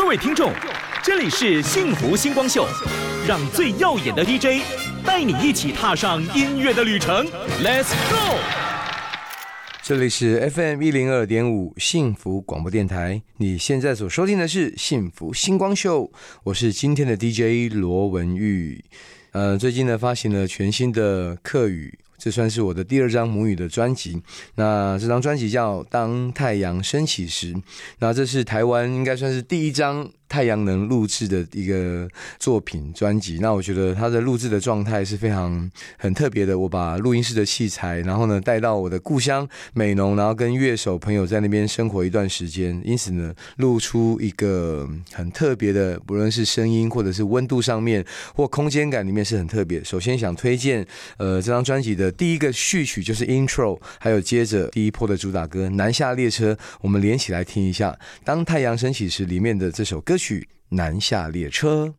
位听众，这里是幸福星光秀，让最耀眼的 DJ 带你一起踏上音乐的旅程。Let's go！ 这里是 FM102.5 幸福广播电台，你现在所收听的是幸福星光秀，我是今天的 DJ 罗文玉。最近呢发行了全新的客语，这算是我的第2张母语的专辑。那这张专辑叫《当太阳升起时》，那这是台湾应该算是第1张太阳能录制的一个作品专辑。那我觉得它的录制的状态是非常很特别的。我把录音室的器材，然后呢带到我的故乡美浓，然后跟乐手朋友在那边生活一段时间，因此呢录出一个很特别的，不论是声音或者是温度上面或空间感里面是很特别。首先想推荐这张专辑的第一个序曲就是 Intro， 还有接着第一波的主打歌《南下列车》，我们连起来听一下。当太阳升起时里面的这首歌曲《南下列车》。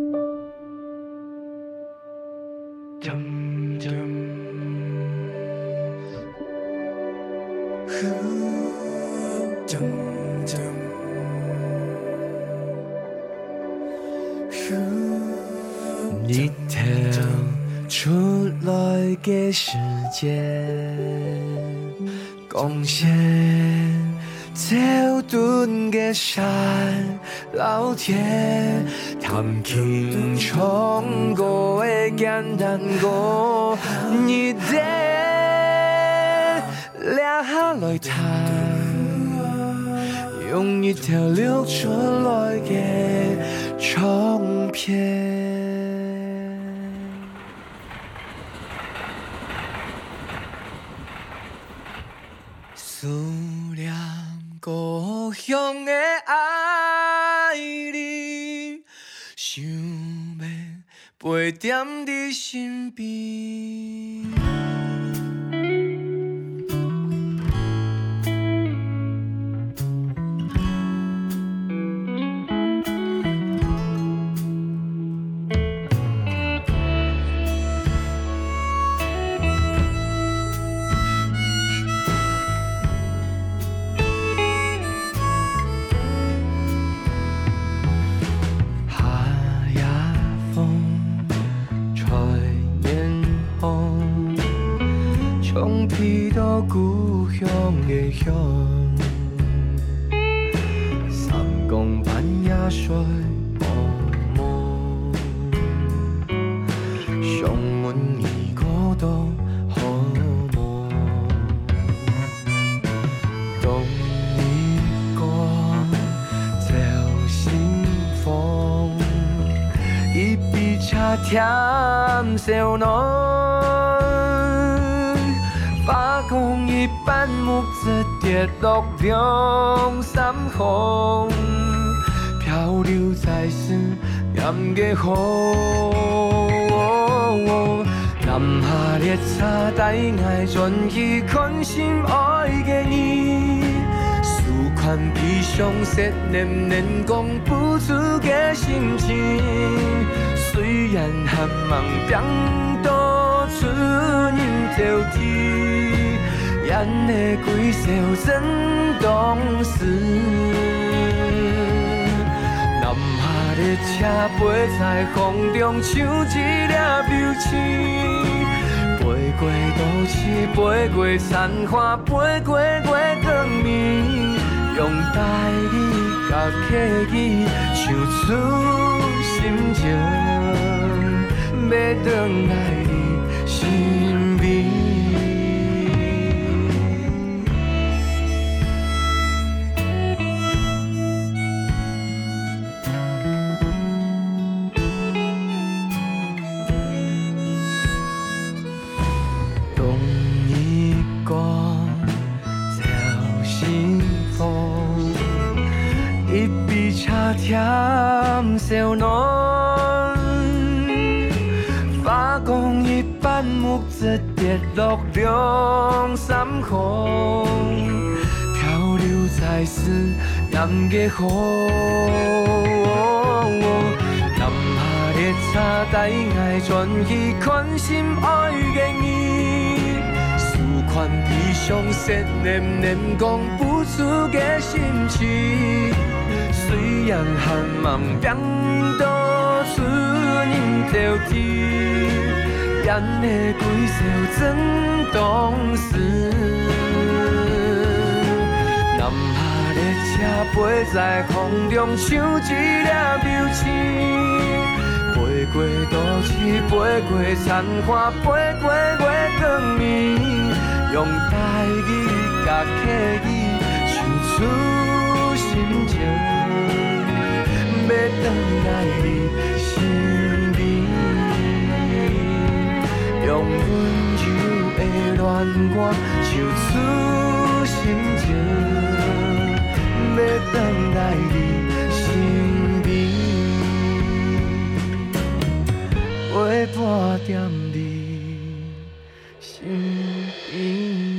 日头出来的时间，光线照顿的山老天，谈轻唱歌的简单歌，一定留下来弹，用一条流出来的唱片。思念故乡的爱人，想要陪踮伫身边。故乡的乡，三更半夜睡茫茫，想问你孤独好吗？当日光照心房，一笔茶添小浓。发光一般木子跌落两三行，漂流在思念的河。南下列车带爱转去看心爱的你，思款悲伤失念念讲不出的心情，虽然寒梦中多出人朝天。咱的归宿真当时，南下列车飞在风中，像一粒流星，飞过都市，飞过残花，飞过月光暝，用台语甲客语唱出心情，要回来你身边。添小暖，发光一般木子跌落两三行，漂流在思念的河。南下列车带爱转去看心爱的你，思款悲伤失念念讲不出的心情。 水洋含梦变倒出饮着甜，眼的几小装当时。南下列车飞在空中，像一粒流星。飞过都市，飞过残花，飞过月光暝，用台语甲客语唱出心情，要回来你身边，用温柔的恋歌唱出心情，要回来你身边。陪伴在你身边。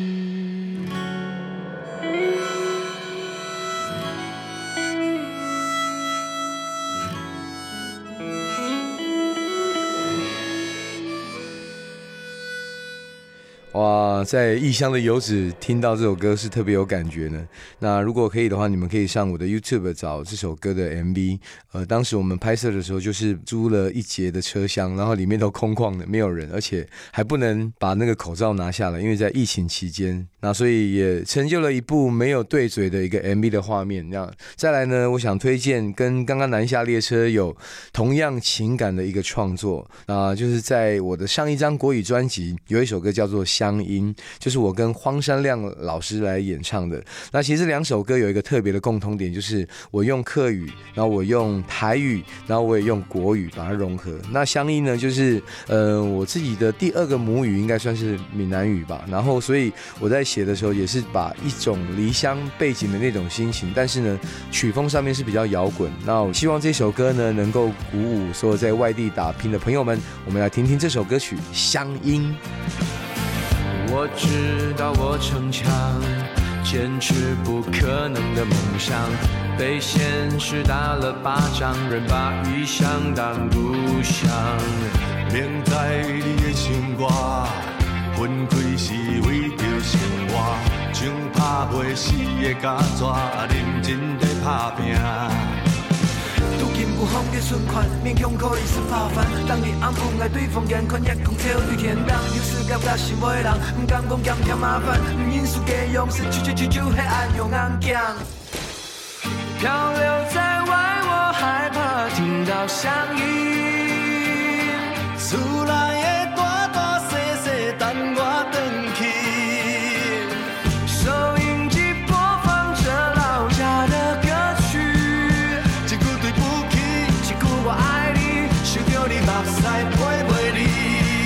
哇，在异乡的游子听到这首歌是特别有感觉呢。那如果可以的话，你们可以上我的 YouTube 找这首歌的 MV。当时我们拍摄的时候，就是租了一节的车厢，然后里面都空旷的，没有人，而且还不能把那个口罩拿下来，因为在疫情期间。那所以也成就了一部没有对嘴的一个 MV 的画面。那再来呢，我想推荐跟刚刚南下列车有同样情感的一个创作，就是在我的上一张国语专辑有一首歌叫做《乡音》，就是我跟荒山亮老师来演唱的。那其实两首歌有一个特别的共通点，就是我用客语，然后我用台语，然后我也用国语把它融合。那乡音呢，就是我自己的第二个母语应该算是闽南语吧。然后所以我在写的时候也是把一种离乡背景的那种心情，但是呢曲风上面是比较摇滚。那我希望这首歌呢能够鼓舞所有在外地打拼的朋友们，我们来听听这首歌曲《乡音》。 我知道我逞强，坚持不可能的梦想，被现实打了巴掌，人把异乡当故乡。 明知你的心肝，分开是为着生活，像打袂死的家蛇，认真在打拼。 如今有风的存款，勉强可以是发烦。当你安分爱对风眼看夜空跳对天堂，有时感觉心袂人，不敢讲嫌嫌麻烦，不因输给用是就黑暗用硬强。 漂流在外，我害怕听到乡音， 厝内的大大小小等我回去。 收音机播放着老家的歌曲， 一句对不起， 一句我爱你，想着你目屎陪陪你。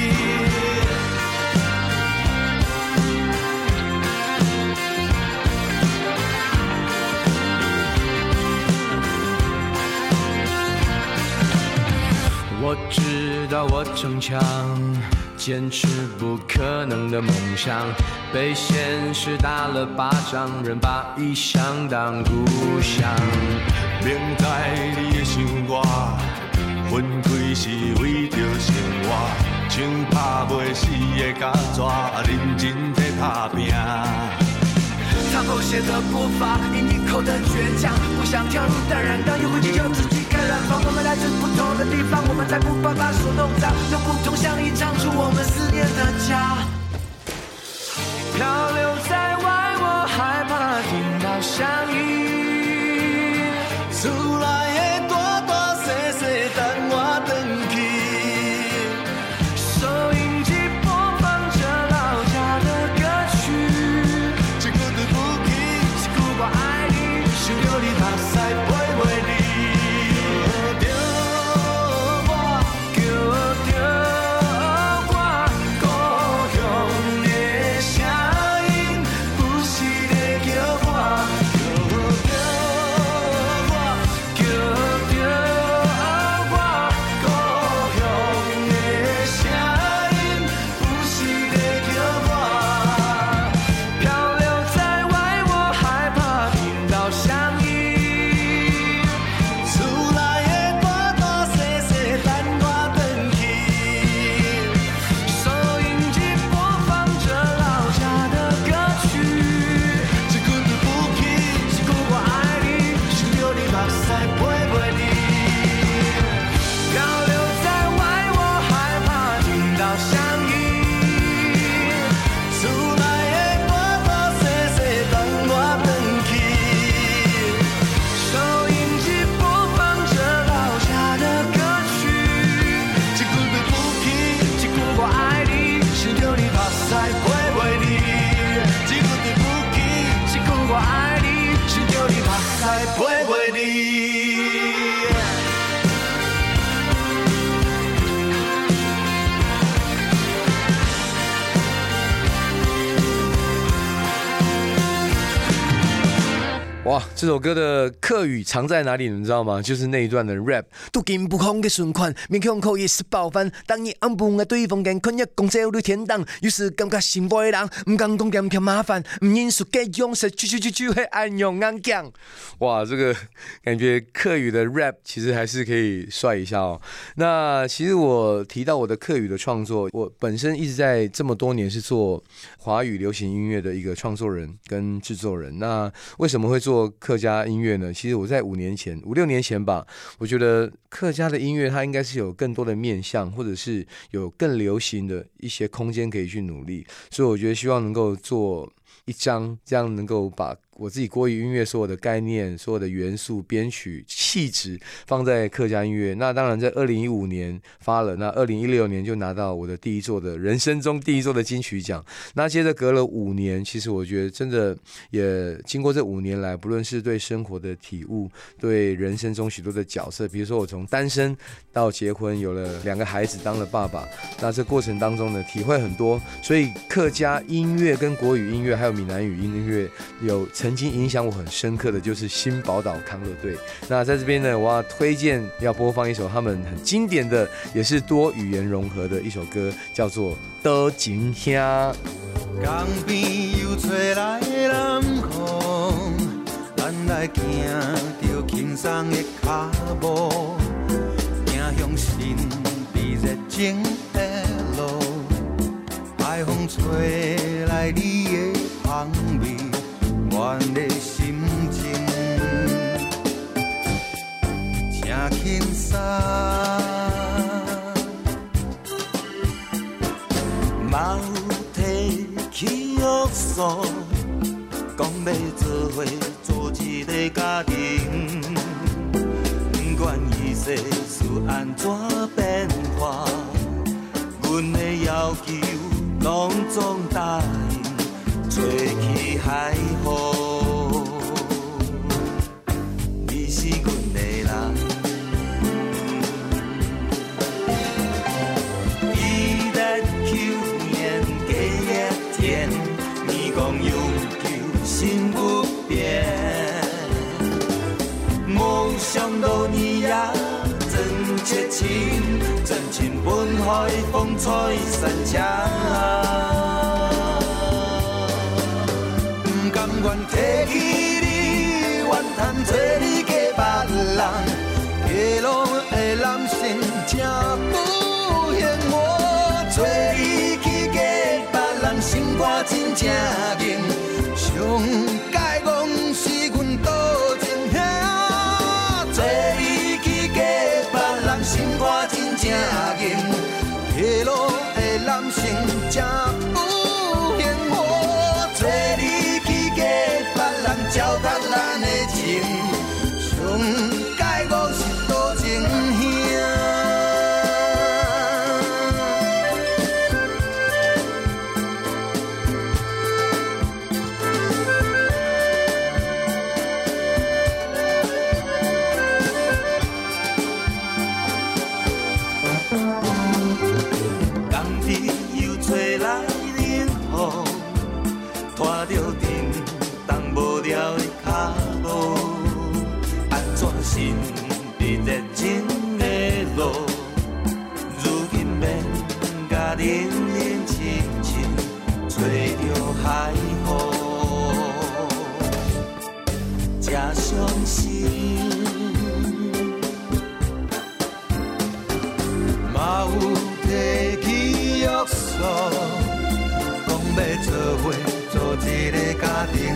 我知道我逞强，坚持不可能的梦想，被现实打了巴掌，人把异乡当故乡。 明知你的心肝，分开是为着生活，像打袂死的家蛇，认真在打拼。 他狗血的步伐，因一口的倔强，不想跳入的人，当有回去就自己开染坊。我们来自不同的地方，我们才不怕把手弄脏，用不同乡音唱出我们思念的家。 漂流在外，我害怕听到乡音， 厝内的大大小小等我回去。 收音机播放着老家的歌曲， 一句对不起， 一句我爱你，想着你目屎陪陪你。 叫着我故乡的声音，不是在叫我，叫着我故乡的声音，不是在叫我。 漂流在外，我害怕听到乡音， 陪陪你。 哇，这首歌的客语藏在哪里？你知道吗？就是那一段的 rap。都金不空的存款，勉强可以是饱饭。当你安分的对方间，困一讲这路天堂，有时感觉心灰人，唔敢讲嫌嫌麻烦，唔因输给勇士，去会安用硬讲。哇，这个感觉客语的 rap 其实还是可以帅一下哦。那其实我提到我的客语的创作，我本身一直在这么多年是做华语流行音乐的一个创作人跟制作人。那为什么会做客家音乐呢？其实我在5、6年前吧，我觉得客家的音乐它应该是有更多的面向，或者是有更流行的一些空间可以去努力，所以我觉得希望能够做一张，这样能够把我自己国语音乐所有的概念、所有的元素、编曲、气质放在客家音乐。那当然在2015年发了，那2016年就拿到我的人生中第一座的金曲奖。那接着隔了5年，其实我觉得真的也经过这5年来，不论是对生活的体悟，对人生中许多的角色，比如说我从单身到结婚，有了2个孩子，当了爸爸，那这过程当中呢，体会很多。所以客家音乐跟国语音乐还有闽南语音乐曾经影响我很深刻的就是新宝岛康乐队。那在这边呢，我要推荐要播放一首他们很经典的，也是多语言融合的一首歌，叫做《多情兄》。 江边又吹来南风，咱来行着轻松的脚步，行向神秘热情的路，海风吹来你的香味。阮的心情，请轻松，嘛有提起约束，讲要做伙做一个家庭，不管伊世事安怎变化，阮的要求拢总答应。吹起海风，你是阮的人。109年过一天，你讲永久心不变。梦想多年呀，真切情，真情本海风吹散墙。愿提起你，愿谈做你家别人，街路的男性真不嫌我，做你去家别人心肝真正硬，上该讲是阮多情兄，做你去家别人心肝真正硬，街路的男性真不嫌我，做你。糟蹋咱的情，上该我是多情兄。冬天又吹来冷风，拖着无聊的脚步，安怎神秘热情的路？如今免甲冷冷清清，吹着海风，这伤心。嘛有提起约束，讲要做伙做一个家庭。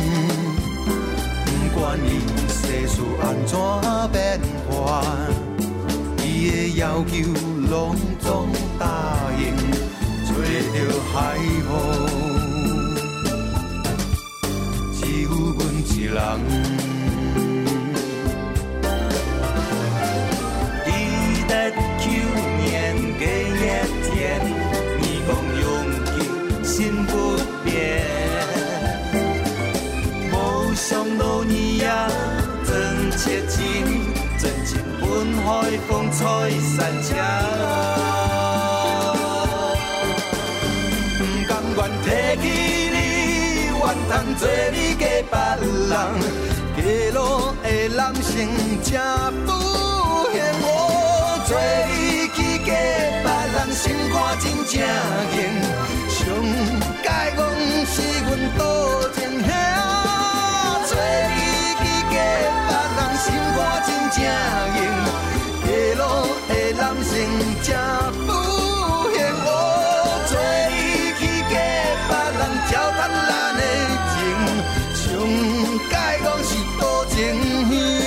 不管伊世事安怎变化，伊的要求拢总答应，吹着海风，只有阮一人。109年过一天，你讲永久心不变。想多年呀，真切情，真情本海风吹散车。不甘愿提起你，愿通做你家别人。街路的男性真不嫌我，做你去嫁别人，心肝真正硬。上该讲是阮多情兄，做你去嫁别人，心肝真正硬。街路的男性真不嫌我，做你去嫁别人，糟蹋咱的情。上该讲是多情兄。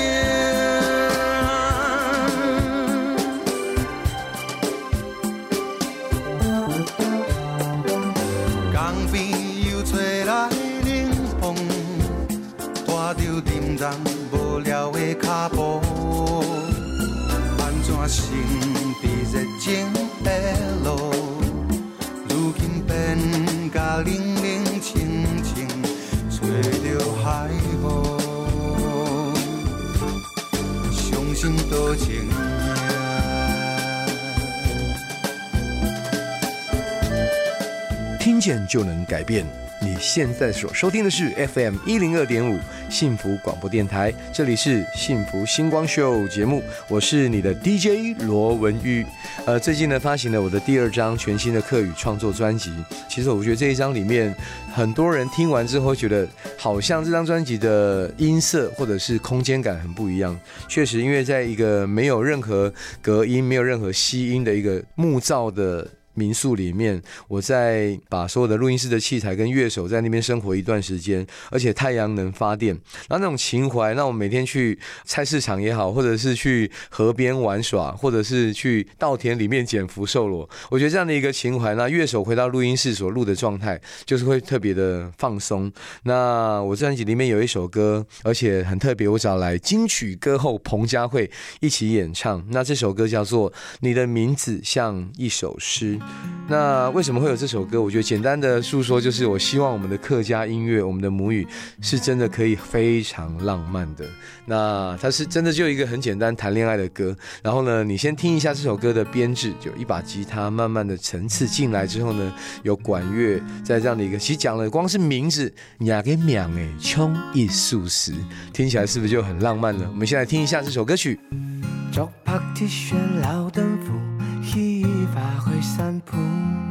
无聊的脚步，安怎成伫热情的路？如今变甲冷冷清清，找着海雾，伤心多情听见就能改变。你现在所收听的是 FM 102.5幸福广播电台，这里是幸福星光秀节目，我是你的 DJ 罗文玉。最近呢发行了我的第2张全新的客语创作专辑。其实我觉得这一张里面，很多人听完之后觉得好像这张专辑的音色或者是空间感很不一样。确实，因为在一个没有任何隔音、没有任何吸音的一个木造的民宿里面，我在把所有的录音室的器材跟乐手在那边生活一段时间，而且太阳能发电，然后那种情怀，让我每天去菜市场也好，或者是去河边玩耍，或者是去稻田里面捡福寿螺，我觉得这样的一个情怀，那乐手回到录音室所录的状态，就是会特别的放松。那我专辑里面有一首歌，而且很特别，我找来金曲歌后彭佳慧一起演唱。那这首歌叫做《你的名字像一首诗》。那为什么会有这首歌？我觉得简单的诉说，就是我希望我们的客家音乐，我们的母语是真的可以非常浪漫的。那它是真的就一个很简单谈恋爱的歌。然后呢，你先听一下这首歌的编制，就一把吉他慢慢的层次进来之后呢，有管乐，在这样的一个，其实讲了光是名字，雅个名诶，冲一素食，听起来是不是就很浪漫了？我们先来听一下这首歌曲。 竹拍鐵旋老燈符，依花去散步，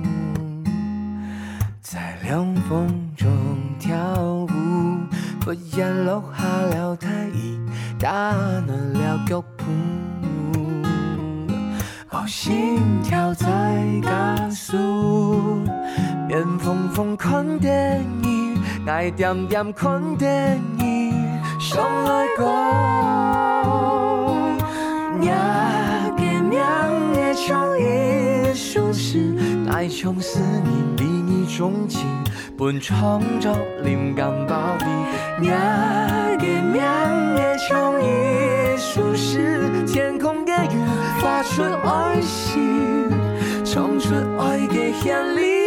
在涼風中跳舞，忽然落下了太陽，打亂了腳步，心跳在加速，面瘋瘋看電影，愛點點看電影，上來講。呀，给名的唱一首诗，爱唱思念比你钟情，本创作灵感宝贝。呀，给名的唱一首诗，天空的云发出爱心，唱出爱的旋律。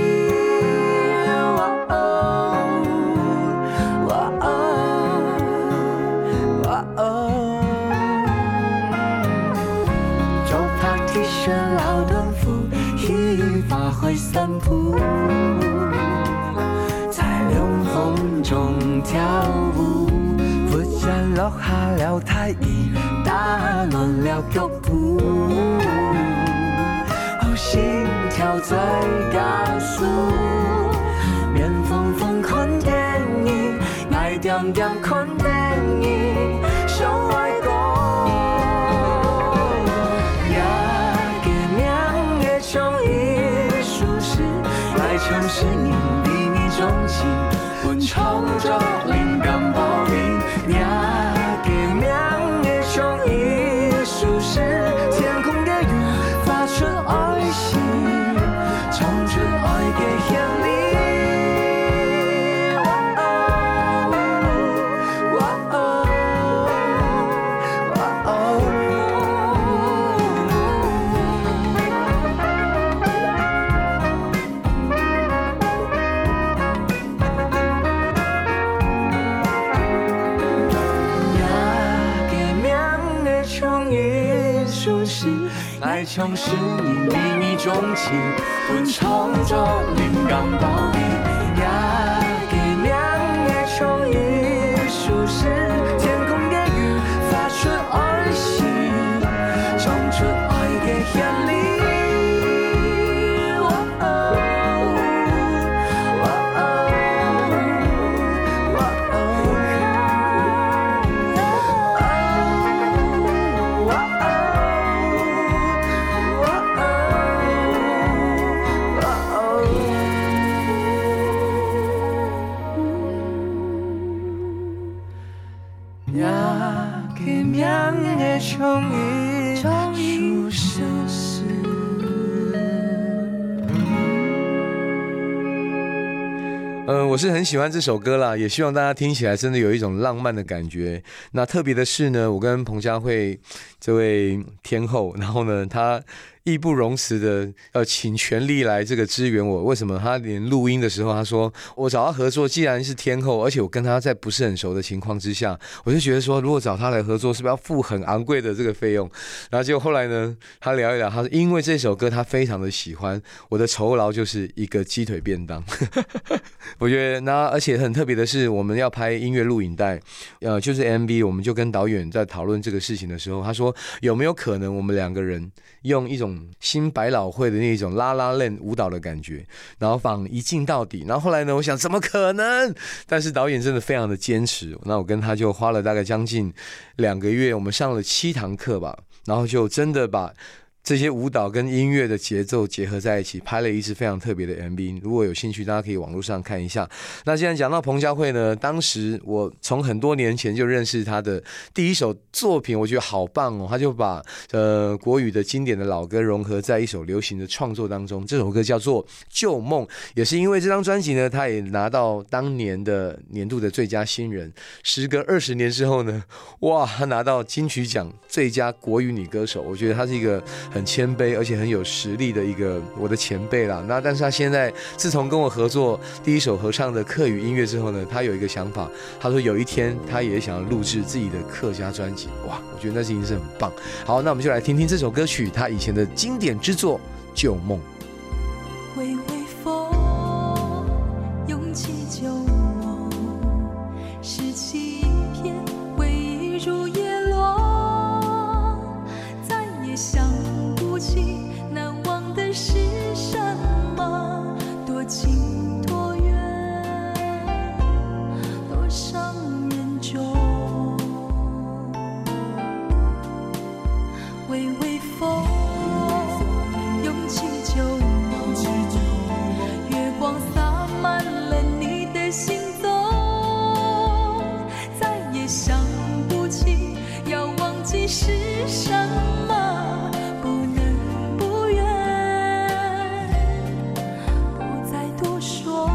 老灯符，一发会散步，在凉风中跳舞，忽然落下了太陽，打亂了腳步，心跳在加速，面瘋瘋看電影，愛點點看電影，相愛過。唱是你比你钟情，本創作靈感寶貝，呀給名的唱一首詩，天空的雲發出愛心，唱出愛的旋律。 爱像是你秘密钟情，阮创作灵感宝地，也给亮的创意书写天空的雨，发出爱心，唱出爱的旋律。 我是很喜欢这首歌啦，也希望大家听起来真的有一种浪漫的感觉。那特别的是呢，我跟彭佳慧这位天后，然后呢，她义不容辞的要请全力来这个支援我。为什么？他连录音的时候，他说我找他合作，既然是天后，而且我跟他在不是很熟的情况之下，我就觉得说，如果找他来合作，是不是要付很昂贵的这个费用？然后结果后来呢，他聊一聊，他说因为这首歌他非常的喜欢，我的酬劳就是一个鸡腿便当。我觉得那而且很特别的是，我们要拍音乐录影带，就是 MV， 我们就跟导演在讨论这个事情的时候，他说有没有可能我们两个人用一种新百老汇的那种拉拉链舞蹈的感觉，然后仿一镜到底。然后后来呢，我想怎么可能？但是导演真的非常的坚持，那我跟他就花了大概将近2个月，我们上了7堂课吧，然后就真的把这些舞蹈跟音乐的节奏结合在一起，拍了一支非常特别的 MV。 如果有兴趣，大家可以网络上看一下。那既然讲到彭佳慧呢，当时我从很多年前就认识她的第一首作品，我觉得好棒哦，她就把国语的经典的老歌融合在一首流行的创作当中。这首歌叫做《旧梦》，也是因为这张专辑呢，她也拿到当年的年度的最佳新人。时隔20年之后呢，哇，她拿到金曲奖最佳国语女歌手。我觉得她是一个很谦卑而且很有实力的一个我的前辈啦。那但是他现在自从跟我合作第一首合唱的客语音乐之后呢，他有一个想法，他说有一天他也想要录制自己的客家专辑。哇，我觉得那事情是很棒。好，那我们就来听听这首歌曲，他以前的经典之作《旧梦》。 微微风涌起旧梦，拾起一片回忆如叶落，再也想不起难忘的是什么，多近多远，多伤人中。微微风涌起旧梦，月光洒满了你的行踪，再也想不起要忘记是什么，不能不愿，不再多说。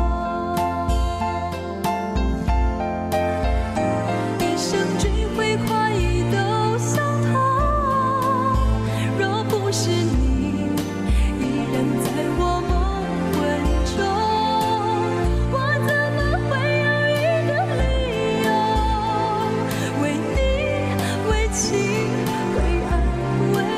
一生追悔快意都相同，若不是你依然在我梦魂中，我怎么会有一个理由为你为情为爱为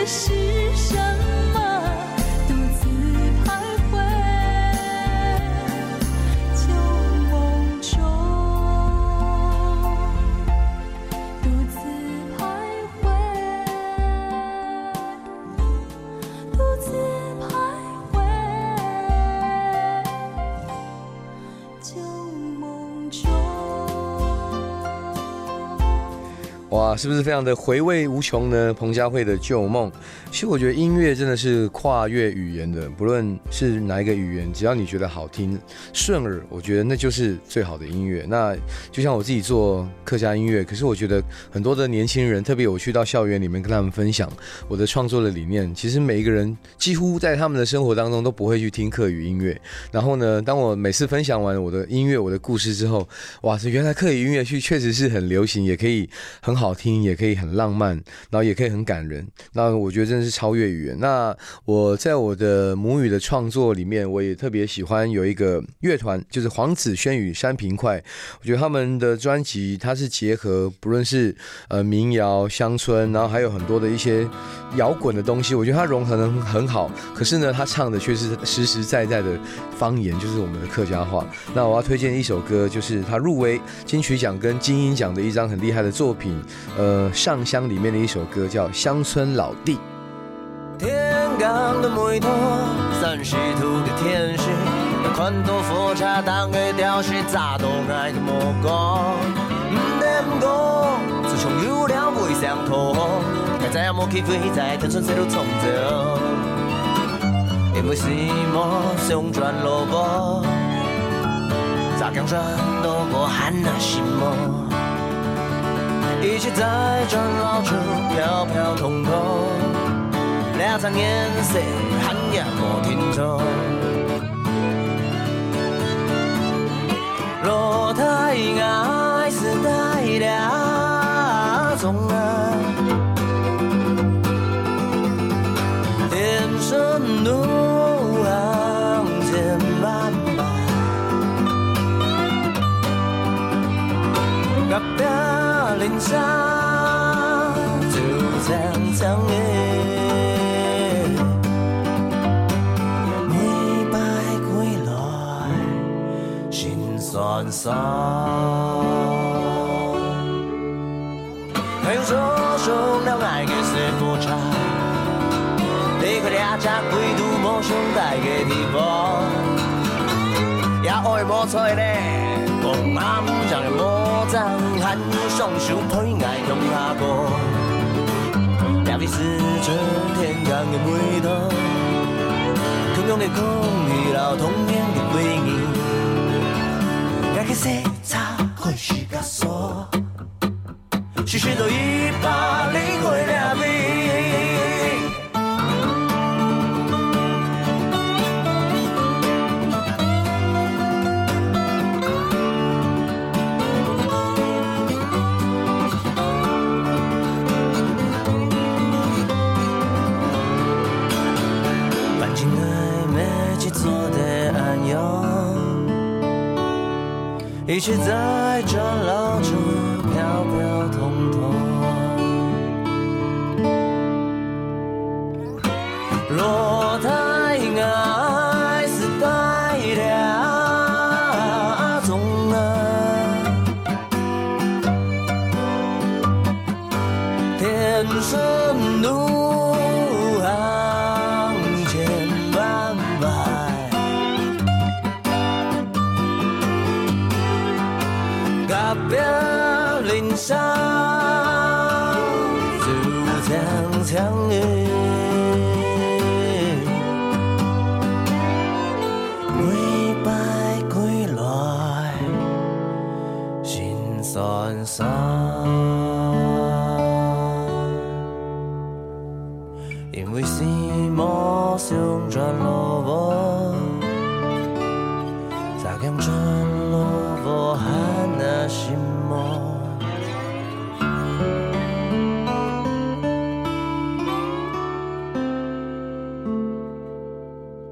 的是什么？独自徘徊旧梦中，独自徘徊，独自徘徊旧梦中。 哇，是不是非常的回味无穷呢？彭佳慧的《旧梦》，其实我觉得音乐真的是跨越语言的，不论是哪一个语言，只要你觉得好听、顺耳，我觉得那就是最好的音乐。那就像我自己做客家音乐，可是我觉得很多的年轻人，特别我去到校园里面跟他们分享我的创作的理念，其实每一个人几乎在他们的生活当中都不会去听客语音乐。然后呢，当我每次分享完我的音乐、我的故事之后，哇，原来客语音乐确实是很流行，也可以很好听，也可以很浪漫，然后也可以很感人。那我觉得真的是超越语言。那我在我的母语的创作里面，我也特别喜欢有一个乐团，就是黄子轩与山平快。我觉得他们的专辑它是结合不论是民谣、乡村，然后还有很多的一些摇滚的东西，我觉得它融合得很好。可是呢，他唱的却是实实在在的方言，就是我们的客家话。那我要推荐一首歌，就是他入围金曲奖跟金鹰奖的一张很厉害的作品，上香里面的一首歌叫《乡村老弟》。 天刚的每头，三十土的天使，看到火车当的吊是咋都爱的莫讲，念过自从有了未相同，该再莫去飞在天顺西路冲走，因为是莫想转路过，咋讲转路过喊那心魔。一切在转绕处飘飘通通，2场颜色喊也莫停住。落太爱是带2种啊，天生路航千万百，隔壁林山就长长的，每摆归来心酸酸。还用手上了爱的是火柴，离开2只归途无想待的地方，也爱无错咧。光暗上的魔掌，喊双手推爱向下过，了你是春天刚的味道，同样的空气了同样的回忆，那个色彩会是个锁，其实都100回了味。一切在转绕中飘飘通通，若太爱是带2种啊，天生路航千万百，隔壁林山就长长的，每摆归来心酸酸，因为是梦想转路无，咋讲转路无喊那心魔。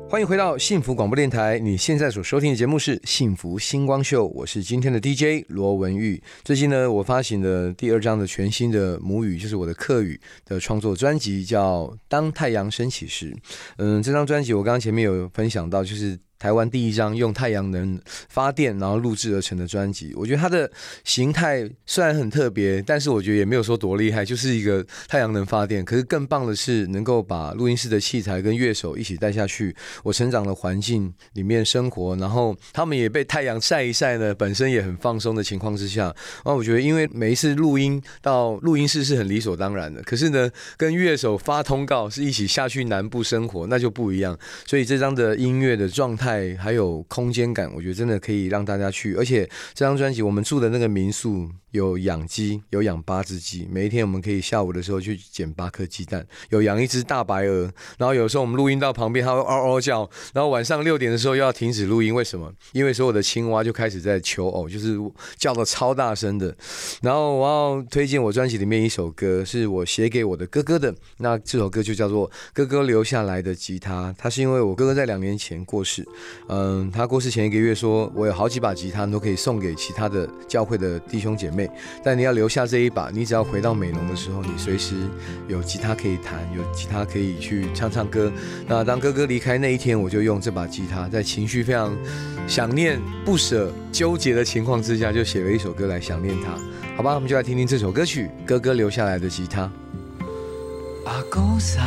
欢迎回到幸福广播电台，你现在所收听的节目是幸福星光秀，我是今天的 DJ 罗文玉。最近呢，我发行了第2张的全新的母语，就是我的客语的创作专辑，叫《当太阳升起时》。这张专辑我刚刚前面有分享到，就是台湾第1张用太阳能发电然后录制而成的专辑。我觉得它的形态虽然很特别，但是我觉得也没有说多厉害，就是一个太阳能发电。可是更棒的是能够把录音室的器材跟乐手一起带下去我成长的环境里面生活，然后他们也被太阳晒一晒呢，本身也很放松的情况之下，我觉得因为每一次录音到录音室是很理所当然的，可是呢跟乐手发通告是一起下去南部生活，那就不一样。所以这张的音乐的状态还有空间感，我觉得真的可以让大家去。而且这张专辑我们住的那个民宿有养鸡，有养8只鸡，每一天我们可以下午的时候去捡8颗鸡蛋，有养1只大白鹅，然后有时候我们录音到旁边它会嗷嗷叫，然后晚上6点的时候又要停止录音，为什么？因为所有的青蛙就开始在求偶，就是叫得超大声的。然后我要推荐我专辑里面一首歌，是我写给我的哥哥的，那这首歌就叫做《哥哥留下来的吉他》。它是因为我哥哥在2年前过世，他过世前1个月说，我有好几把吉他都可以送给其他的教会的弟兄姐妹，但你要留下这一把，你只要回到美浓的时候，你随时有吉他可以弹，有吉他可以去唱唱歌。那当哥哥离开那一天，我就用这把吉他，在情绪非常想念、不舍、纠结的情况之下，就写了一首歌来想念他。好吧，我们就来听听这首歌曲《哥哥留下来的吉他》。 阿哥萨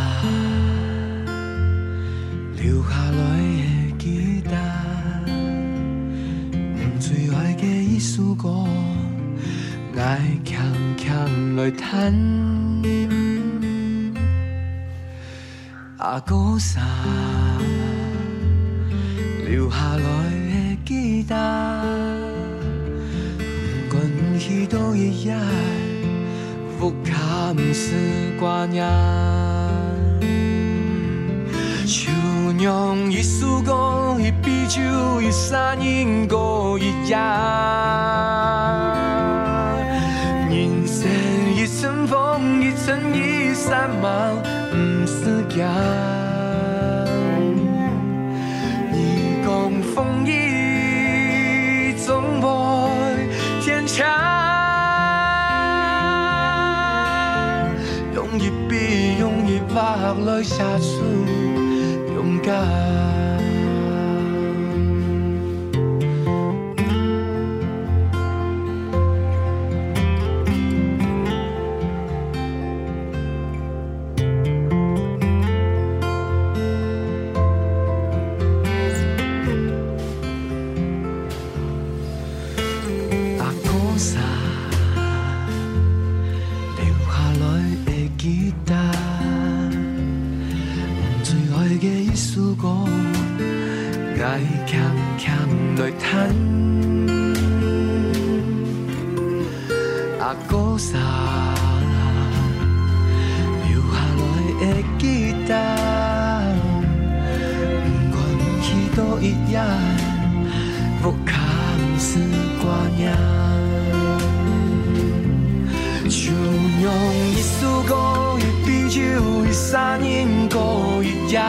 留下来的吉他，最爱的一首歌，爱强强来弹。阿哥萨留下来的吉他，不管去到一夜，不堪是挂念。像用一首歌，一杯酒，一山人过一夜。人生一阵风，一阵雨，散漫不是行。你讲风雨总会天长，用一笔用一画来写出勇敢。爱强强来弹，阿哥萨留下来的吉他，不管去到一夜，不堪是挂念。像用一首歌，一杯酒，一山人过一夜。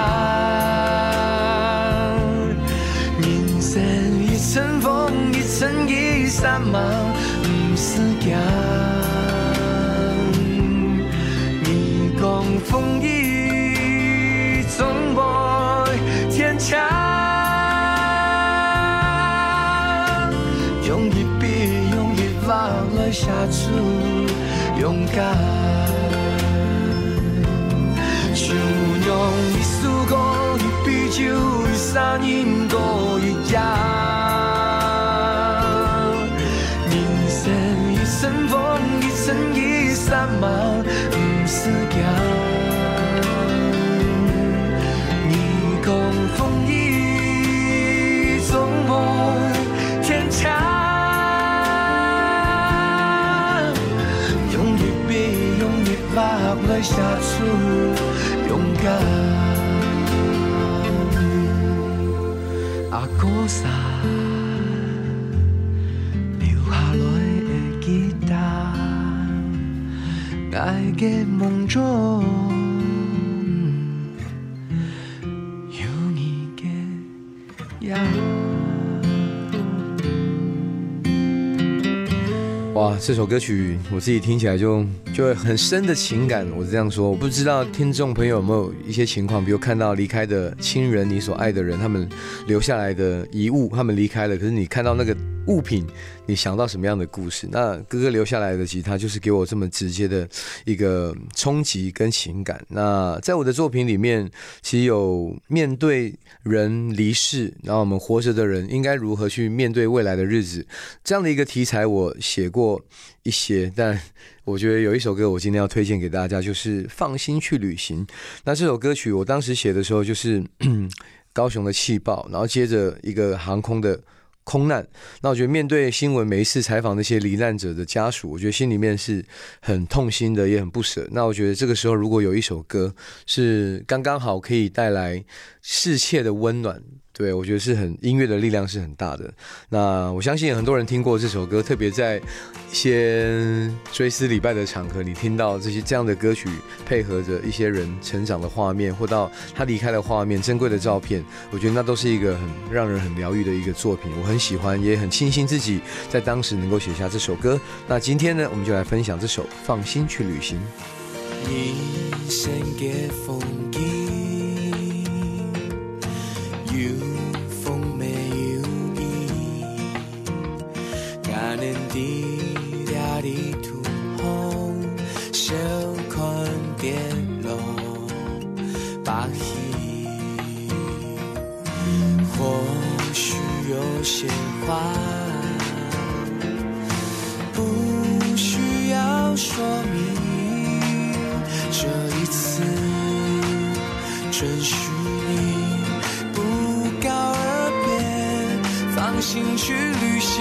一阵风，一阵雨，散漫不是行。你讲风雨总会天长，用一笔用一画来写出勇敢。像用一首歌，一杯酒，一山人过一夜。一阵风，一阵雨，散漫不是行。你讲风雨总会天长，用一笔用一画来写出勇敢。阿哥萨爱的梦中有你的哇，这首歌曲我自己听起来就有很深的情感，我是这样说。我不知道听众朋友有没有一些情况，比如看到离开的亲人、你所爱的人，他们留下来的遗物，他们离开了，可是你看到那个物品，你想到什么样的故事？那哥哥留下来的吉他就是给我这么直接的一个冲击跟情感。那在我的作品里面，其实有面对人离世，然后我们活着的人应该如何去面对未来的日子，这样的一个题材我写过一些，但我觉得有一首歌我今天要推荐给大家，就是放心去旅行。那这首歌曲我当时写的时候就是高雄的气爆，然后接着一个航空的空难，那我觉得面对新闻每一次采访那些罹难者的家属，我觉得心里面是很痛心的，也很不舍。那我觉得这个时候如果有一首歌是刚刚好可以带来世切的温暖，对，我觉得是音乐的力量是很大的。那我相信很多人听过这首歌，特别在一些追思礼拜的场合，你听到这样的歌曲，配合着一些人成长的画面，或到他离开的画面、珍贵的照片，我觉得那都是一个让人很疗愈的一个作品。我很喜欢，也很庆幸自己在当时能够写下这首歌。那今天呢，我们就来分享这首《放心去旅行》。 人生嘅风景，有风没有雨，感恩地俩地图红，小看跌落把戏，或许有些话不需要说明。这一次准许你不告而别，放心去旅行。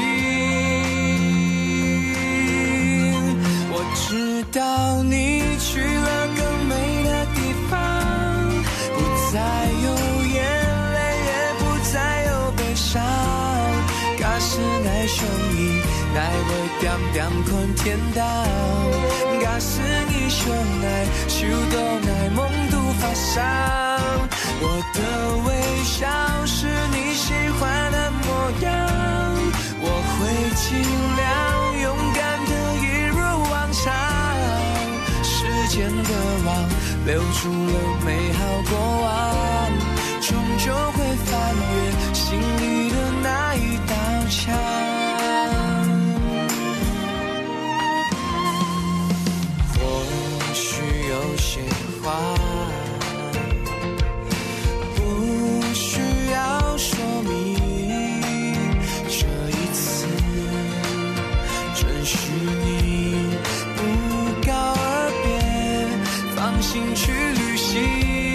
我知道你去了更美的地方，不再有眼泪，也不再有悲伤。假使爱上你，爱会点点看天堂。假使你相爱，手都爱梦都发伤。我的微笑是你喜欢的模样，我会尽量勇敢的一如往常。时间的网留住了美好过往，终究会翻越心里的那一道墙。有些话不需要说明，这一次准许你不告而别，放心去旅行。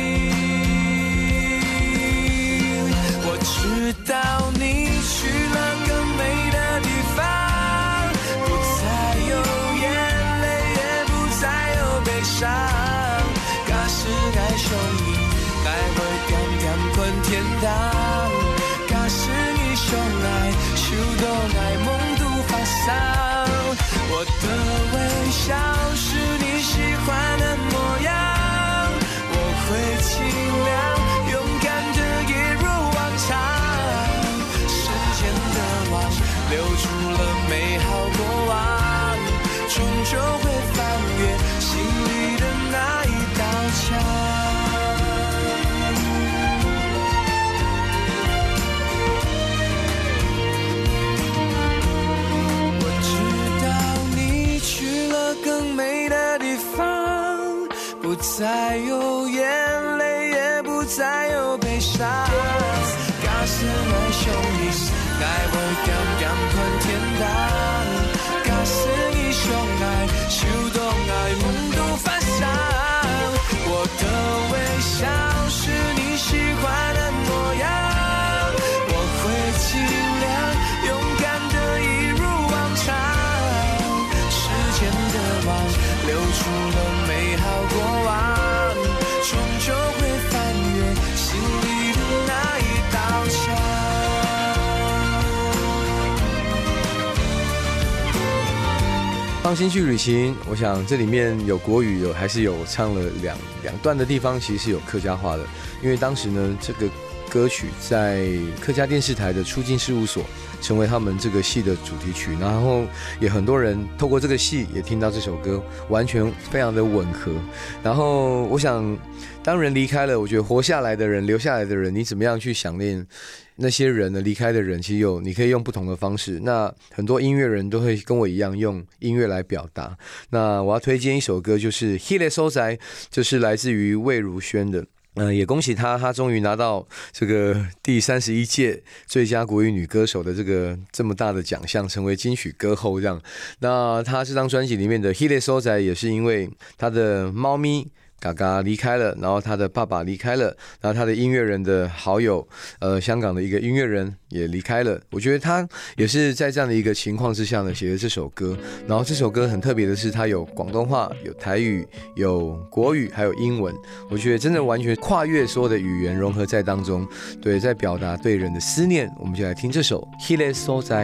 我知道你去了更美的地方，不再有眼泪，也不再有悲伤。爱上你，爱会点点困天堂。假使你相爱，手都爱梦都发伤。我的微笑是你喜欢的模样，我会尽量勇敢的一如往常。时间的网留住了美好过往，终究会翻越心里的那一道墙。不再有眼泪，也不再有悲伤。假使爱上你，爱会点点看天堂。假使你相爱，手都爱梦都发伤。我的微笑是你喜欢的模样，我会尽量勇敢的一如往常。时间的网留住了美好过往，终究会翻越心里的那一道墙。 放心去旅行，我想这里面有国语，还是有唱了两段的地方，其实是有客家话的。因为当时呢，这个歌曲在客家电视台的出境事务所成为他们这个戏的主题曲，然后也很多人透过这个戏也听到这首歌，完全非常的吻合。然后我想当人离开了，我觉得活下来的人，留下来的人，你怎么样去想念那些人呢？离开的人其实你可以用不同的方式，那很多音乐人都会跟我一样用音乐来表达。那我要推荐一首歌，就是《迄个所在》，就是来自于魏如萱的。也恭喜她终于拿到这个第31届最佳国语女歌手的这么大的奖项，成为金曲歌后这样。那她这张专辑里面的《迄个所在》也是因为她的猫咪嘎嘎离开了，然后他的爸爸离开了，然后他的音乐人的好友，香港的一个音乐人也离开了。我觉得他也是在这样的一个情况之下呢，写的这首歌。然后这首歌很特别的是，它有广东话、有台语、有国语，还有英文。我觉得真的完全跨越所有的语言融合在当中，对，在表达对人的思念。我们就来听这首《迄个所在》。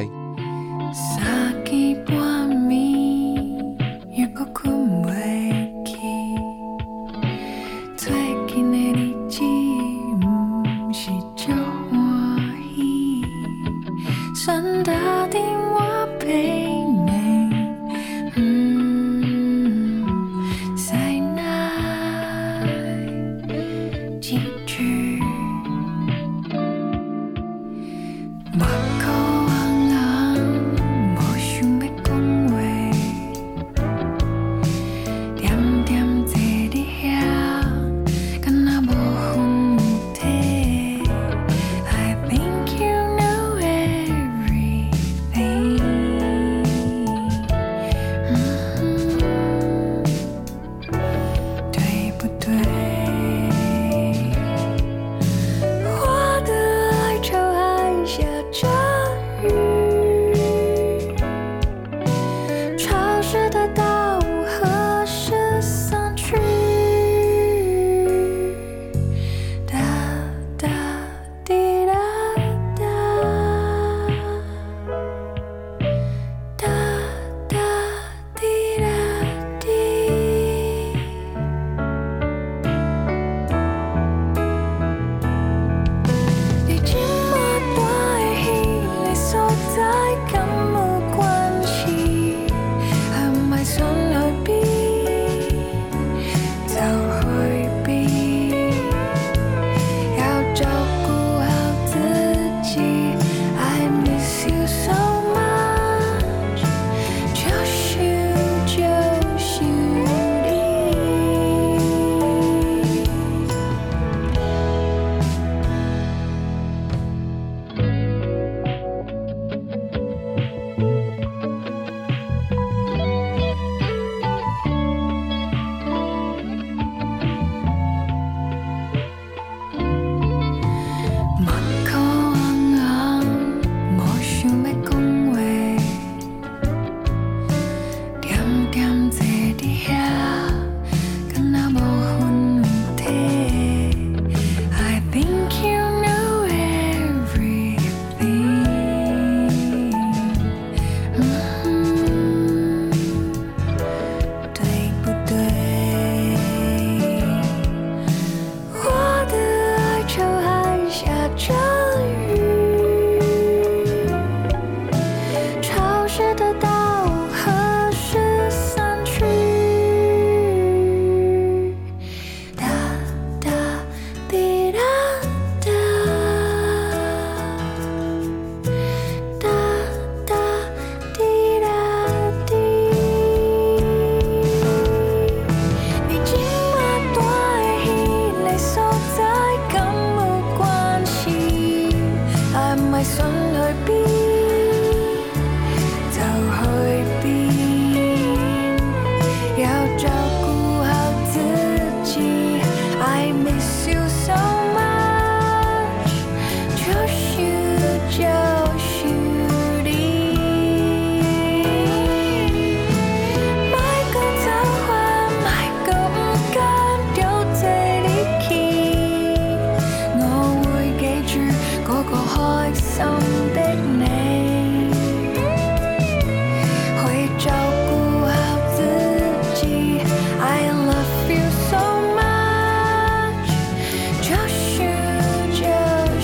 I love you so much，就是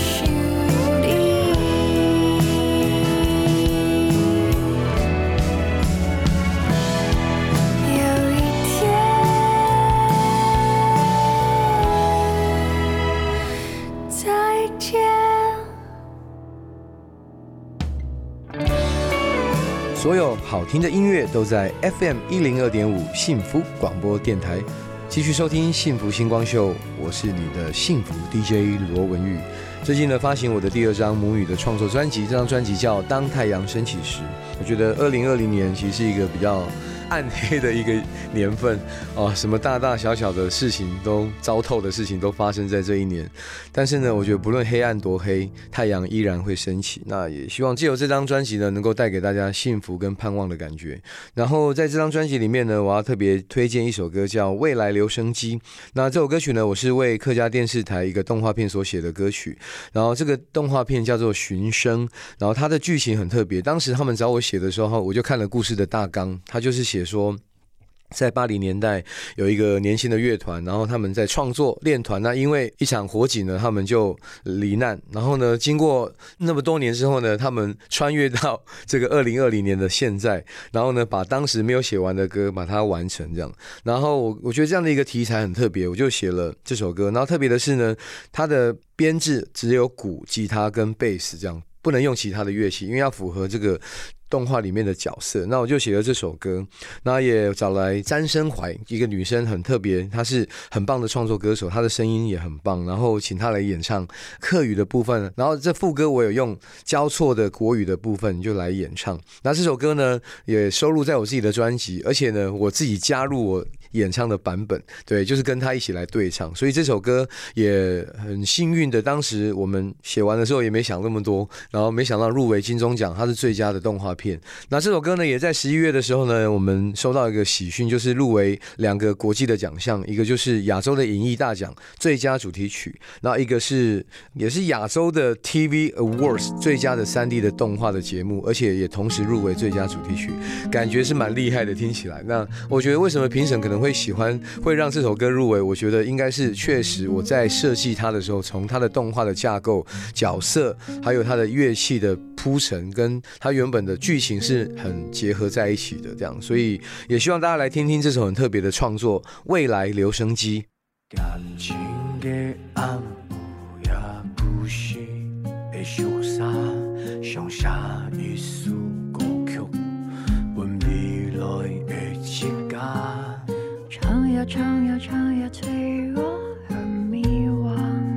所有好听的音乐都在 FM 102.5幸福广播电台。继续收听幸福星光秀，我是你的幸福 DJ 罗文玉。最近呢，发行我的第2张母语的创作专辑，这张专辑叫《当太阳升起时》。我觉得2020年其实是一个比较暗黑的一个年份哦，什么大大小小的事情都糟透的事情都发生在这一年。但是呢，我觉得不论黑暗多黑，太阳依然会升起。那也希望借由这张专辑呢，能够带给大家幸福跟盼望的感觉。然后在这张专辑里面呢，我要特别推荐一首歌叫《未来留声机》。那这首歌曲呢，我是为客家电视台一个动画片所写的歌曲。然后这个动画片叫做《寻声》，然后它的剧情很特别。当时他们找我写的时候，我就看了故事的大纲，它就是写说，在80年代有一个年轻的乐团，然后他们在创作练团，那因为一场火警呢，他们就罹难。然后呢，经过那么多年之后呢，他们穿越到这个2020年的现在，然后呢，把当时没有写完的歌把它完成这样。然后我觉得这样的一个题材很特别，我就写了这首歌。然后特别的是呢，它的编制只有鼓、吉他跟贝斯这样，不能用其他的乐器，因为要符合这个动画里面的角色。那我就写了这首歌，那也找来詹生怀，一个女生很特别，她是很棒的创作歌手，她的声音也很棒，然后请她来演唱客语的部分，然后这副歌我有用交错的国语的部分就来演唱。那这首歌呢也收录在我自己的专辑，而且呢我自己加入我演唱的版本，对，就是跟他一起来对唱。所以这首歌也很幸运的，当时我们写完的时候也没想那么多，然后没想到入围金钟奖，它是最佳的动画片。那这首歌呢，也在11月的时候呢，我们收到一个喜讯，就是入围2个国际的奖项，一个就是亚洲的影艺大奖最佳主题曲，然后一个是也是亚洲的 TV Awards 最佳的3D 的动画的节目，而且也同时入围最佳主题曲，感觉是蛮厉害的，听起来。那我觉得为什么评审可能会喜欢，会让这首歌入围，我觉得应该是确实我在设计它的时候，从它的动画的架构、角色，还有它的乐器的铺陈，跟它原本的剧情是很结合在一起的，这样，所以也希望大家来听听这首很特别的创作《未来留声机》。 感情的暗部也不是会潇洒，上下一首歌曲，问未来的一家。 唱呀唱呀唱呀，脆弱和迷惘，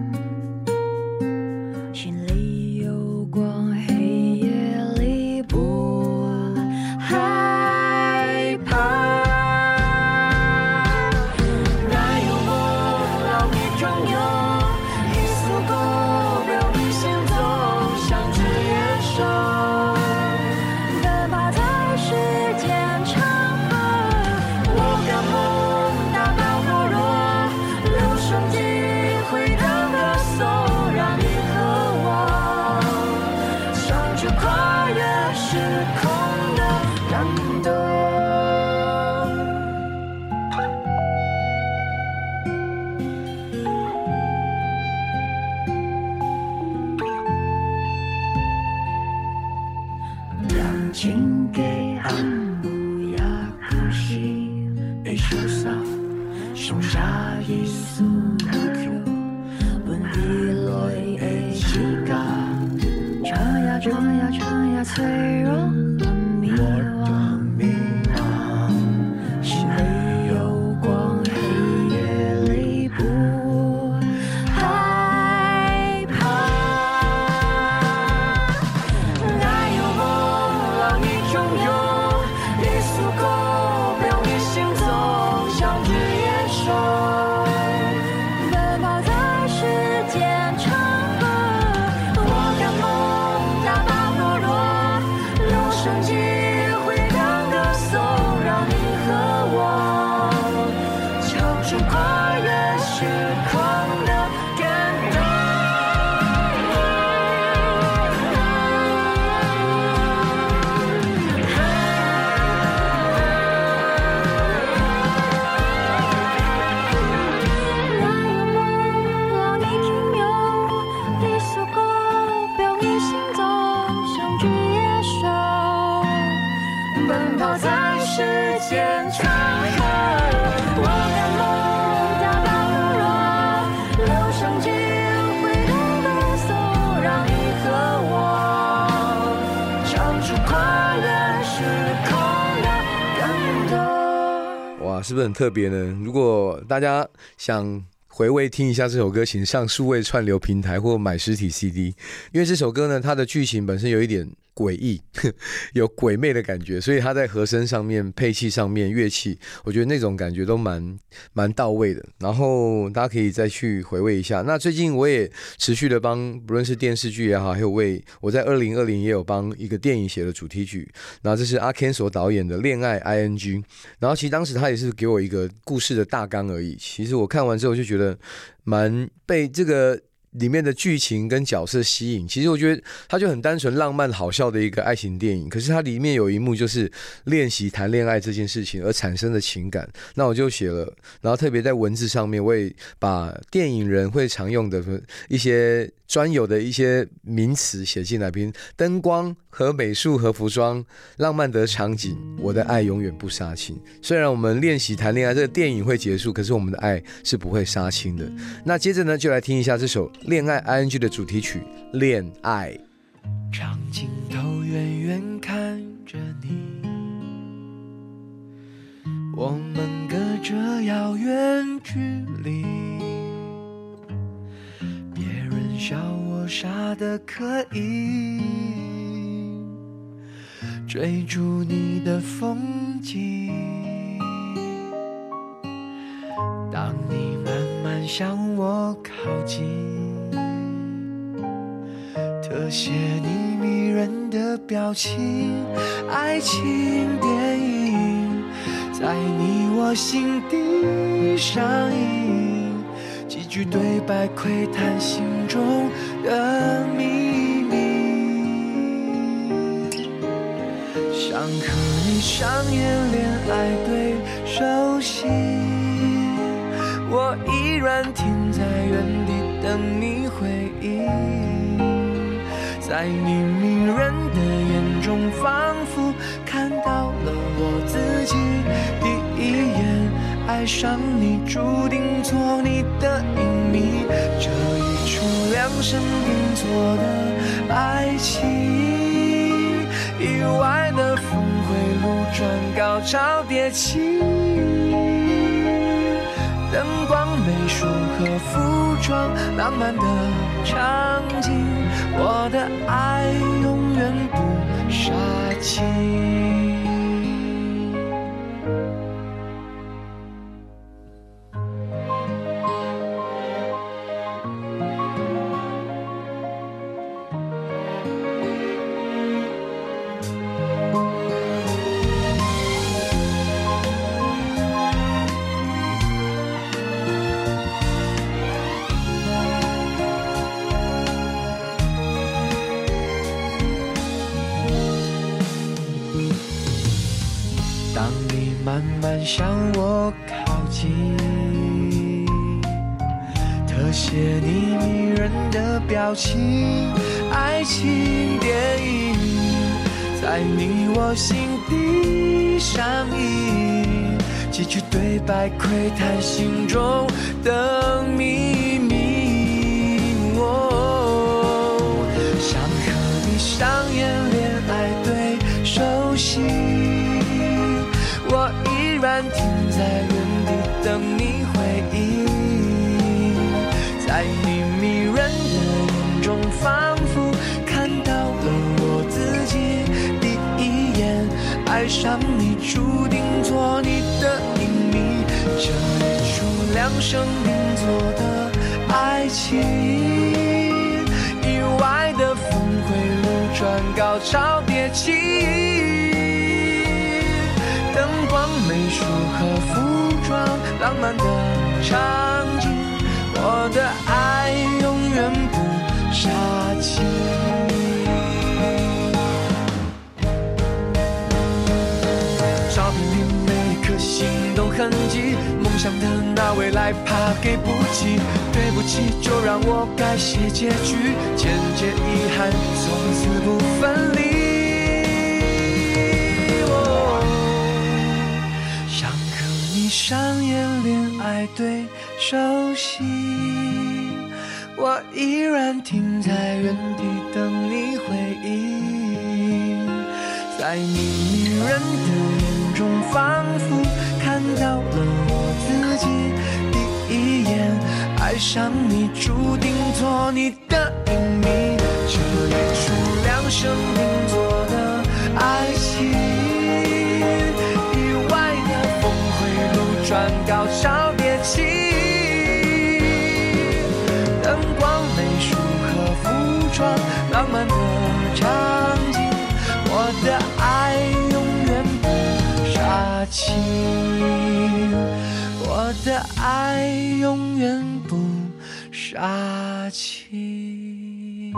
心里有光，黑夜里不害怕。那有我让你拥有一束光，让你行走，像只野兽，奔跑在时间长河。我敢梦大到火热，留声机回荡歌颂，让你和我唱出跨越时空的感动。感情给暗幕也不是会潇洒，上下一束歌曲，问未来的一家。唱呀唱呀唱呀，脆弱和迷惘，心里有光，黑夜里不害怕。那有梦让你拥有一束光，让你行走，像只野兽，奔跑在时间长河。我敢梦大到火热，留声机回荡歌颂，让你和我唱出跨越时空的感动。那有梦让你停留，一束歌表你行走，像只野兽，奔跑在时间长河。我敢梦大到火热，留声机回荡歌颂，让你和我唱出跨越时是不是很特别呢？如果大家想回味听一下这首歌，请上数位串流平台或买实体 CD， 因为这首歌呢，它的剧情本身有一点诡异，有鬼魅的感觉，所以它在和声上面、配器上面、乐器，我觉得那种感觉都蛮到位的。然后大家可以再去回味一下。那最近我也持续的帮，不论是电视剧也好，还有我在2020也有帮一个电影写的主题曲，然后这是阿 Ken 所导演的《恋爱 ING》，然后其实当时他也是给我一个故事的大纲而已。其实我看完之后就觉得蛮被这个里面的剧情跟角色吸引。其实我觉得它就很单纯浪漫好笑的一个爱情电影，可是它里面有一幕就是练习谈恋爱这件事情而产生的情感，那我就写了，然后特别在文字上面我也把电影人会常用的一些专有的一些名词写进来，比如灯光和美术和服装，浪漫的场景，我的爱永远不杀青。虽然我们练习谈恋爱这个电影会结束，可是我们的爱是不会杀青的。那接着呢，就来听一下这首恋爱 ING 的主题曲《恋爱》。 长镜头远远看着你，我们隔着遥远距离，别人笑我傻得可以，追逐你的风景。当你慢慢向我靠近，特写你迷人的表情，爱情电影在你我心底上映，几句对白窥探心中的秘密。想和你上演恋爱对手戏，我依然停在原地等你回应，在你迷人的眼中仿佛看到了我自己，第一眼爱上你注定做你的影迷，这一出量身定做的爱情，意外的峰回路转，高潮迭起，灯光美术和服装，浪漫的场景，我的爱永远不杀青。慢慢向我靠近，特写你迷人的表情，爱情电影在你我心底上映，几句对白窥探心中的秘密。想和你上演恋爱对手戏，我依然停在原地等你回应，在你迷人的眼中仿佛看到了我自己，第一眼爱上你注定做你的影迷，这一出量身定做的爱情，意外的峰回路转，高潮迭起，灯光美术和服装，浪漫的场景，我的爱永远不杀青。照片里每颗心动痕迹，梦想的那未来怕给不起，对不起就让我改写结局，简洁遗憾从此不分离。上演恋爱对手戏，我依然停在原地等你回应，在你迷人的眼中仿佛看到了我自己。第一眼爱上你，注定做你的隐秘，这一出量身定做的爱情，意外的峰回路转，高潮迭起，灯光、美术和服装，浪漫的场景，我的爱永远不杀青，我的爱永远不杀青。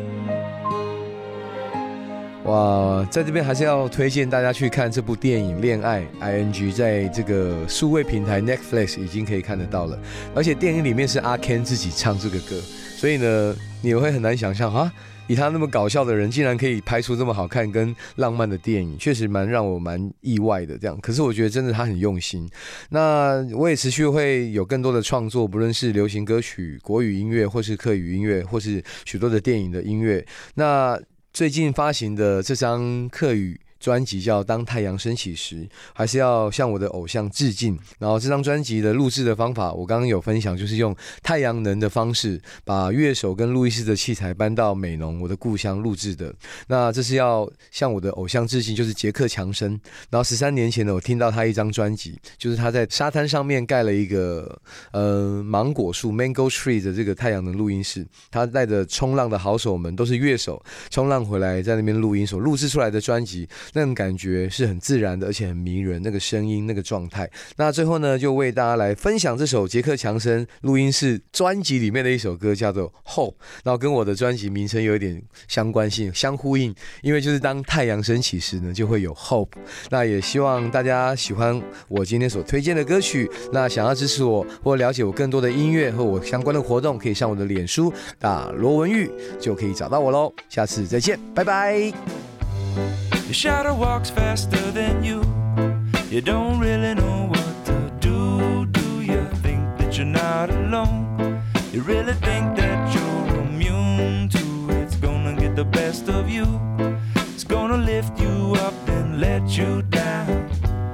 哇，在这边还是要推荐大家去看这部电影《恋爱 ING》，在这个数位平台 Netflix 已经可以看得到了。而且电影里面是阿 Ken 自己唱这个歌，所以呢，你会很难想象啊，以他那么搞笑的人，竟然可以拍出这么好看跟浪漫的电影，确实让我蛮意外的。这样，可是我觉得真的他很用心。那我也持续会有更多的创作，不论是流行歌曲、国语音乐，或是客语音乐，或是许多的电影的音乐。那最近发行的这张客语专辑叫《当太阳升起时》，还是要向我的偶像致敬。然后这张专辑的录制的方法，我刚刚有分享，就是用太阳能的方式，把乐手跟录音室的器材搬到美浓我的故乡录制的。那这是要向我的偶像致敬，就是杰克强森。然后13年前呢，我听到他一张专辑，就是他在沙滩上面盖了一个芒果树 Mango Tree 的这个太阳能录音室，他带着冲浪的好手们，都是乐手，冲浪回来在那边录音，所录制出来的专辑。那种感觉是很自然的，而且很迷人，那个声音，那个状态。那最后呢，就为大家来分享这首杰克强森录音室专辑里面的一首歌，叫做 Hope， 然后跟我的专辑名称有一点相关性、相呼应，因为就是当太阳升起时呢，就会有 Hope。那也希望大家喜欢我今天所推荐的歌曲。那想要支持我或了解我更多的音乐和我相关的活动，可以上我的脸书打罗文玉就可以找到我咯。下次再见，拜拜。 Your shadow walks faster than you. You don't really know what to do. Do you think that you're not alone? You really think that you're immune to it's gonna get the best of you. It's gonna lift you up and let you down.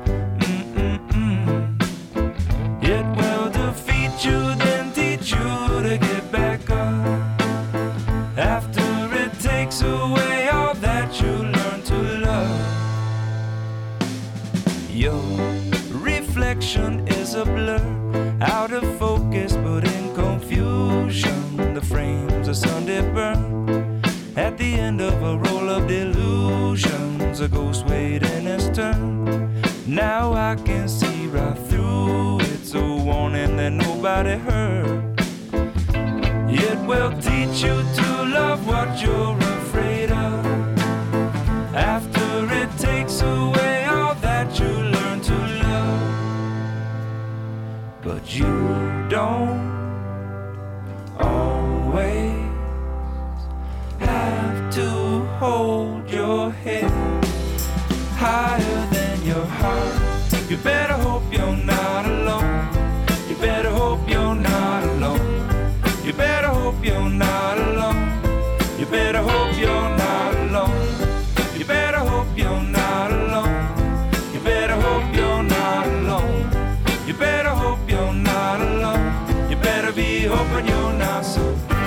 It will defeat you, then teach you to get back up. After it takes away all that you learn to love. Your reflection is a blur, out of focus but in confusion. The frames are Sunday burn. At the end of a roll of delusions, a ghost waiting its turn. Now I can see right through. It's a warning that nobody heard. It will teach you to love what you're afraid of. After it takes away all that you learn to love. But you don't always have to hold your head higher than your heart. You better hope you're not alone. You better hope you're not alone. You better hope you're not alone. You better hope you're not alone. You better hope you're not alone. You better hope you're not alone. You better hope you're not alone. You better be hoping you're not so.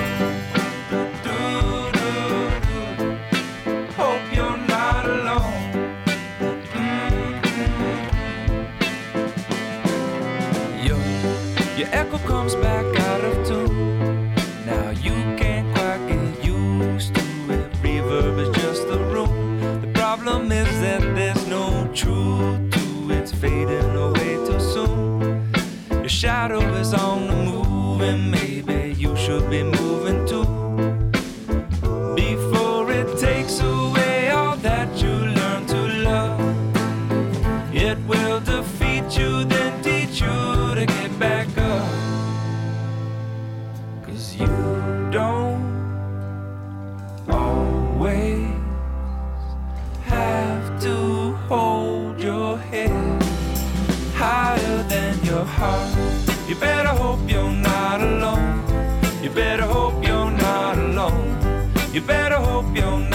Hope you're not alone. Your echo comes back out of tune. Now you can't quite get used to it. Reverb is just the room. The problem is that there's no truth to it. It's fading away too soon. Your shadow is on the move, and maybe you should be moving too. Before it takes away all that you learn to love, it will defeat you, then teach you to get back up. 'Cause you don't always have to hold your head higher than your heart. You better hope you're not alone. You better hope you're not alone. You better hope you're not